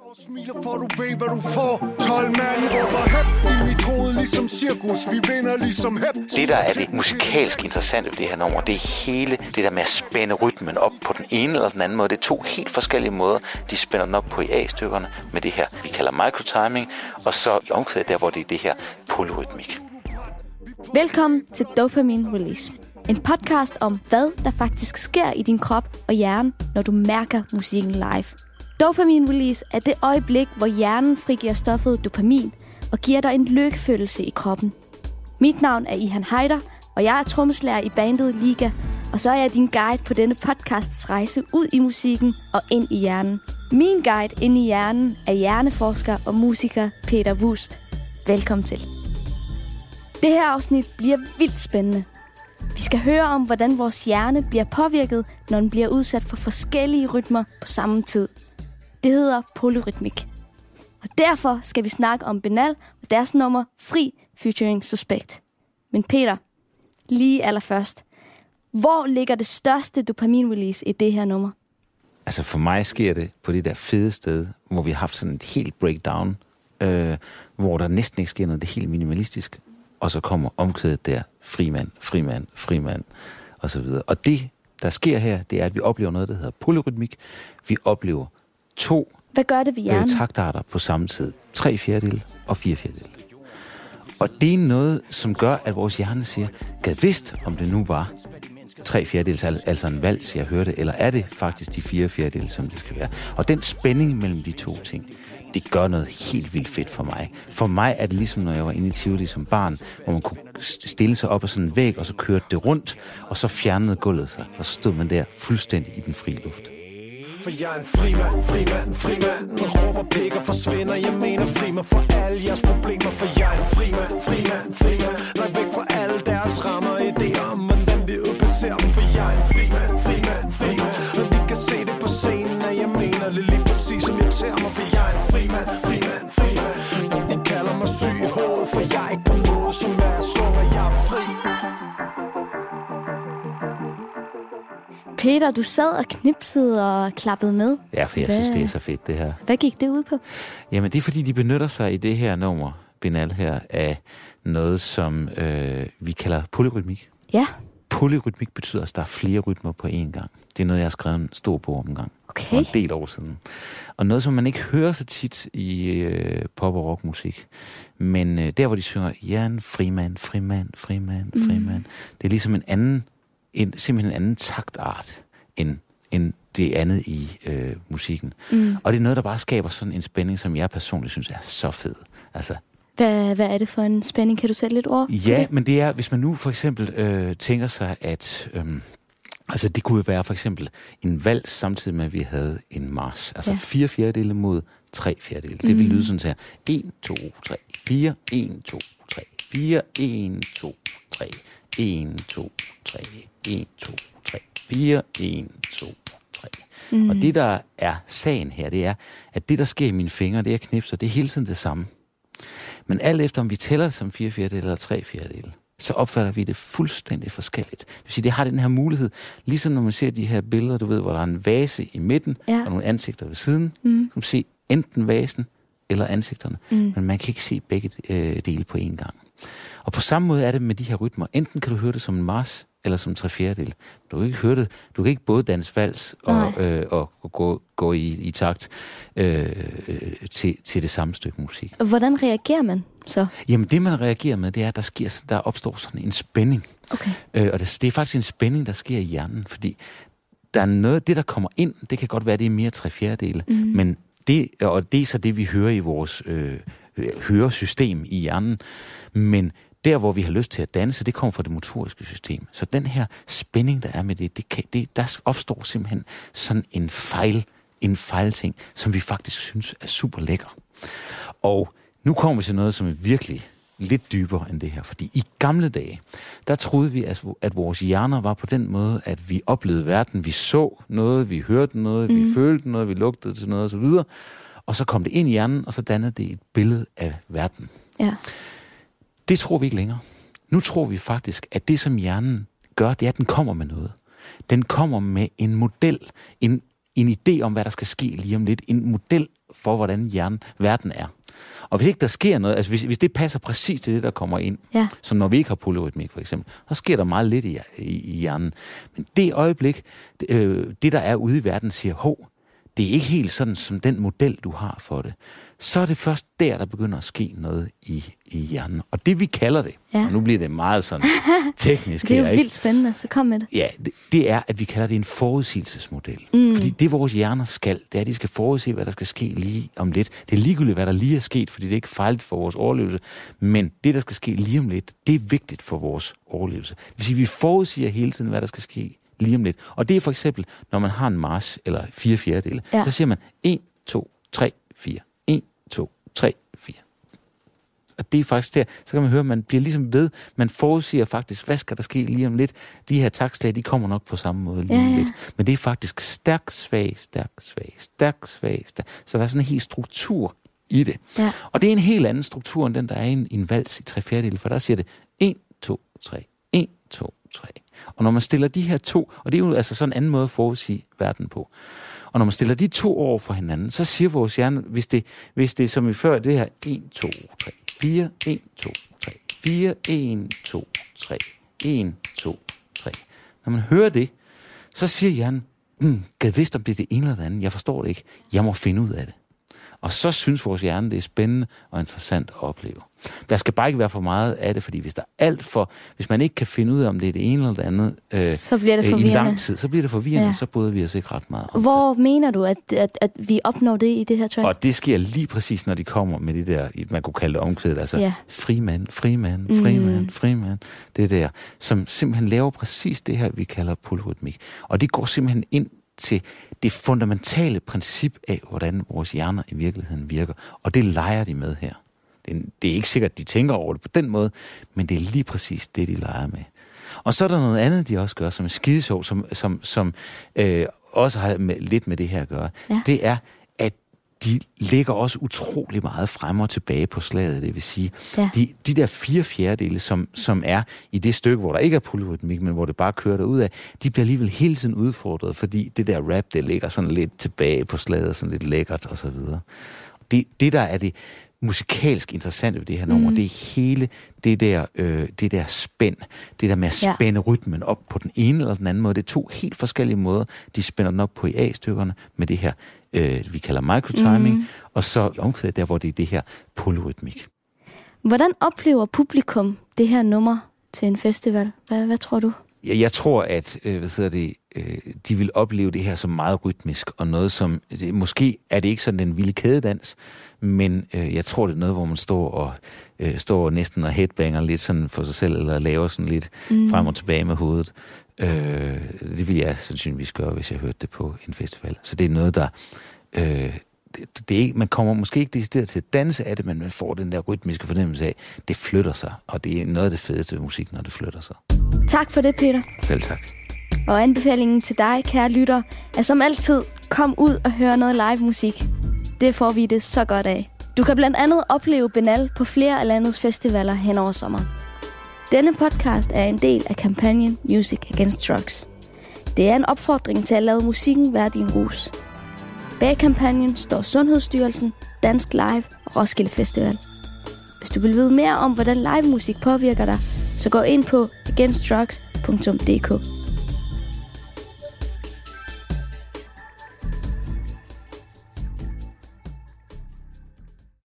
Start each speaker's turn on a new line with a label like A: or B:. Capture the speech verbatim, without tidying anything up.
A: Smiler for du ved hvad du får. tolv mand råber hæp i mit hoved ligesom cirkus. Vi vinder ligesom hæp.
B: Det der er det musikalsk interessante ved det her nummer, det er hele det der med at spænde rytmen op på den ene eller den anden måde. Det er to helt forskellige måder, de spænder den op på i A-stykkerne med det her, vi kalder microtiming, og så i omkvædet der, hvor det er det her polyrytmik.
C: Velkommen til Dopamine Release. En podcast om, hvad der faktisk sker i din krop og hjerne, når du mærker musikken live. Dopamine Release er det øjeblik, hvor hjernen frigiver stoffet dopamin og giver dig en lykkefølelse i kroppen. Mit navn er Ihan Heider, og jeg er trommeslager i bandet Liga, og så er jeg din guide på denne podcasts rejse ud i musikken og ind i hjernen. Min guide ind i hjernen er hjerneforsker og musiker Peter Wust. Velkommen til. Det her afsnit bliver vildt spændende. Vi skal høre om, hvordan vores hjerne bliver påvirket, når den bliver udsat for forskellige rytmer på samme tid. Det hedder polyrytmik. Og derfor skal vi snakke om Benal og deres nummer Fri featuring Suspekt. Men Peter, lige allerførst, hvor ligger det største dopamin-release i det her nummer?
B: Altså for mig sker det på det der fede sted, hvor vi har haft sådan et helt breakdown, øh, hvor der næsten ikke sker noget, det er helt minimalistisk, og så kommer omkvædet der, frimand, frimand, frimand, og så videre. Og det, der sker her, det er, at vi oplever noget, der hedder polyrytmik. Vi oplever to
C: Hvad gør det ved hjernen?
B: Øh, taktarter på samme tid. Tre fjerdedele og fire fjerdedele. Og det er noget, som gør, at vores hjerne siger, gad vidst, om det nu var tre fjerdedele, altså en vals, jeg hørte, eller er det faktisk de fire fjerdedele, som det skal være. Og den spænding mellem de to ting, det gør noget helt vildt fedt for mig. For mig er det ligesom, når jeg var inde i Tivoli som barn, hvor man kunne stille sig op ad sådan en væg, og så kørte det rundt, og så fjernede gulvet sig, og så stod man der fuldstændig i den frie luft.
A: For jeg er en frimand, frimand, frimand. Man råber pik og forsvinder. Jeg mener fri mig for alle jeres problemer. For jeg er en frimand, frimand, frimand. Lad væk fra alle deres rammer og idéer om, hvordan vi udpasserer dem. For jeg er en frimand, frimand, frimand. Og de kan se det på scenen, at jeg mener det lige præcis, som jeg tager mig. For jeg er en frimand, frimand, frimand. De kalder mig syg i hovedet, for jeg er ikke på måde, som er så, og jeg er fri.
C: Peter, du sad og knipsede og klappede med.
B: Ja, for jeg Hvad? synes, det er så fedt, det her.
C: Hvad gik det ud på?
B: Jamen, det er fordi, de benytter sig i det her nummer, Benal her, af noget, som øh, vi kalder polyrytmik.
C: Ja.
B: Polyrytmik betyder, at der er flere rytmer på én gang. Det er noget, jeg har skrevet en stor bog om en gang.
C: Okay.
B: For en del år siden. Og noget, som man ikke hører så tit i øh, pop- og rockmusik. Men øh, der, hvor de synger, ja, en frimand, frimand, frimand, frimand. Mm. Det er ligesom en anden, en, simpelthen en anden taktart, end, end det andet i øh, musikken. Mm. Og det er noget, der bare skaber sådan en spænding, som jeg personligt synes er så fed. Altså,
C: Hvad, hvad er det for en spænding? Kan du sætte lidt ord?
B: Ja, men det er, hvis man nu for eksempel øh, tænker sig, at øh, altså det kunne være for eksempel en vals, samtidig med, at vi havde en march. Altså ja. fire fjerdedele mod tre fjerdedele. Mm. Det vil lyde sådan her. en, to, tre, fire, en, to, tre, fire, en, to, tre, en, to, tre, en, to, tre, fire, en, to, tre. Mm. Og det, der er sagen her, det er, at det, der sker i mine fingre, det er knipser, det er hele tiden det samme. Men alt efter, om vi tæller det som fire fjerdedele eller tre fjerdedele, så opfatter vi det fuldstændig forskelligt. Det vil sige, det har den her mulighed, ligesom når man ser de her billeder, du ved, hvor der er en vase i midten, ja. og nogle ansigter ved siden, mm. som ser enten vasen eller ansigterne, mm. men man kan ikke se begge øh, dele på én gang. Og på samme måde er det med de her rytmer. Enten kan du høre det som en march, eller som tre fjerdedel. Du kan ikke høre det. Du kan ikke både danse vals og, øh, og gå, gå i, i takt øh, til, til det samme stykke musik.
C: Hvordan reagerer man så?
B: Jamen det, man reagerer med, det er, at der, sker, der opstår sådan en spænding.
C: Okay.
B: Øh, og det, det er faktisk en spænding, der sker i hjernen, fordi der er noget, det der kommer ind, det kan godt være, det er mere tre fjerdedele, mm. men det, og det er så det, vi hører i vores øh, høresystem i hjernen, men der, hvor vi har lyst til at danse, det kommer fra det motoriske system. Så den her spænding, der er med det, det, kan, det der opstår simpelthen sådan en fejl, en fejlting, som vi faktisk synes er super lækker. Og nu kommer vi til noget, som er virkelig lidt dybere end det her. Fordi i gamle dage, der troede vi, at vores hjerner var på den måde, at vi oplevede verden. Vi så noget, vi hørte noget, mm. vi følte noget, vi lugtede til noget osv. Og så kom det ind i hjernen, og så dannede det et billede af verden.
C: Ja.
B: Det tror vi ikke længere. Nu tror vi faktisk, at det, som hjernen gør, det er, at den kommer med noget. Den kommer med en model, en en idé om, hvad der skal ske lige om lidt. En model for, hvordan hjernen, verden er. Og hvis ikke der sker noget, altså hvis, hvis det passer præcis til det, der kommer ind,
C: ja.
B: som når vi ikke har polyrytmik for eksempel, så sker der meget lidt i, i, i hjernen. Men det øjeblik, det, øh, det der er ude i verden, siger, hov, det er ikke helt sådan som den model, du har for det. Så er det først der, der begynder at ske noget i, i hjernen. Og det vi kalder det, ja. Og nu bliver det meget sådan teknisk.
C: Det er jo
B: her,
C: vildt
B: ikke?
C: spændende, så kom med det.
B: Ja, det, det er, at vi kalder det en forudsigelsesmodel. Mm. Fordi det vores hjerner skal, det er, at de skal forudse, hvad der skal ske lige om lidt. Det er ligegyldigt, hvad der lige er sket, fordi det er ikke fejligt for vores overlevelse. Men det, der skal ske lige om lidt, det er vigtigt for vores overlevelse. Det vil sige, at vi forudsiger hele tiden, hvad der skal ske lige om lidt. Og det er for eksempel, når man har en march, eller fire fjerdedele, ja. Så siger man en, to, tre, fire. en, to, tre, fire. Og det er faktisk der, så kan man høre, at man bliver ligesom ved, man forudsiger faktisk, hvad skal der ske lige om lidt. De her taktslag, de kommer nok på samme måde lige om ja, ja. lidt. Men det er faktisk stærk, svag, stærk, svag, stærk, svag, stærk. Så der er sådan en helt struktur i det. Ja. Og det er en helt anden struktur, end den, der er i en, en vals i tre fjerdedele, for der siger det en, to, tre, en, to, tre. Og når man stiller de her to, og det er jo altså sådan en anden måde at forudsige verden på, og når man stiller de to over for hinanden, så siger vores hjerne, hvis det, hvis det som vi før, det her en, to, tre, fire, en, to, tre, fire, en, to, tre, en, to, tre. Når man hører det, så siger hjernen, mm, gad vidst om det er det ene eller det andet, jeg forstår det ikke, jeg må finde ud af det. Og så synes vores hjerne, det er spændende og interessant at opleve. Der skal bare ikke være for meget af det, fordi hvis der er alt for, hvis man ikke kan finde ud af, om det er det ene eller det andet, øh,
C: så bliver det forvirrende.
B: Øh, i lang tid, så bliver det forvirrende, ja. Så bryder vi os ikke ret meget om.
C: Hvor det. Mener du, at, at, at vi opnår det i det her track?
B: Og det sker lige præcis, når de kommer med det der, man kunne kalde det omkvædet, altså ja. frimand, frimand, frimand, mm. frimand, det der, som simpelthen laver præcis det her, vi kalder polyrytmik. Og det går simpelthen ind til det fundamentale princip af, hvordan vores hjerner i virkeligheden virker. Og det leger de med her. Det er, det er ikke sikkert, at de tænker over det på den måde, men det er lige præcis det, de leger med. Og så er der noget andet, de også gør, som er skidesjovt, som, som, som øh, også har med, lidt med det her at gøre. Ja. Det er, at de ligger også utrolig meget frem og tilbage på slaget. Det vil sige, ja. de, de der fire fjerdedele, som, som er i det stykke, hvor der ikke er polyrytmik, men hvor det bare kører derud af, de bliver alligevel hele tiden udfordret, fordi det der rap, det ligger sådan lidt tilbage på slaget, sådan lidt lækkert og så videre. Det, det der er det musikalsk interessante ved det her nummer, mm. det er hele det der, øh, det der spænd, det der med at spænde ja. rytmen op på den ene eller den anden måde. Det er to helt forskellige måder, de spænder den op på i A-stykkerne med det her, øh, vi kalder microtiming, mm. og så i omkvædet der, hvor det er det her polyrytmik.
C: Hvordan oplever publikum det her nummer til en festival? Hvad, hvad tror du?
B: Jeg, jeg tror, at øh, hvad hedder det, øh, de vil opleve det her som meget rytmisk, og noget som, det, måske er det ikke sådan den vilde kædedans, men øh, jeg tror, det er noget, hvor man står og øh, står næsten og headbanger lidt sådan for sig selv, eller laver sådan lidt mm. frem og tilbage med hovedet. Øh, det vil jeg sandsynligvis gøre, hvis jeg hørte det på en festival. Så det er noget, der... Øh, det, det er ikke, man kommer måske ikke decideret til at danse af det, men man får den der rytmiske fornemmelse af, det flytter sig, og det er noget af det fedeste ved musik, når det flytter sig.
C: Tak for det, Peter.
B: Selv tak.
C: Og anbefalingen til dig, kære lytter, er som altid, kom ud og hør noget live musik. Det får vi det så godt af. Du kan blandt andet opleve Benal på flere af landets festivaler hen over sommeren. Denne podcast er en del af kampagnen Music Against Drugs. Det er en opfordring til at lade musikken være din rus. Bag kampagnen står Sundhedsstyrelsen, Dansk Live og Roskilde Festival. Hvis du vil vide mere om, hvordan live musik påvirker dig, så gå ind på against drugs punktum d k.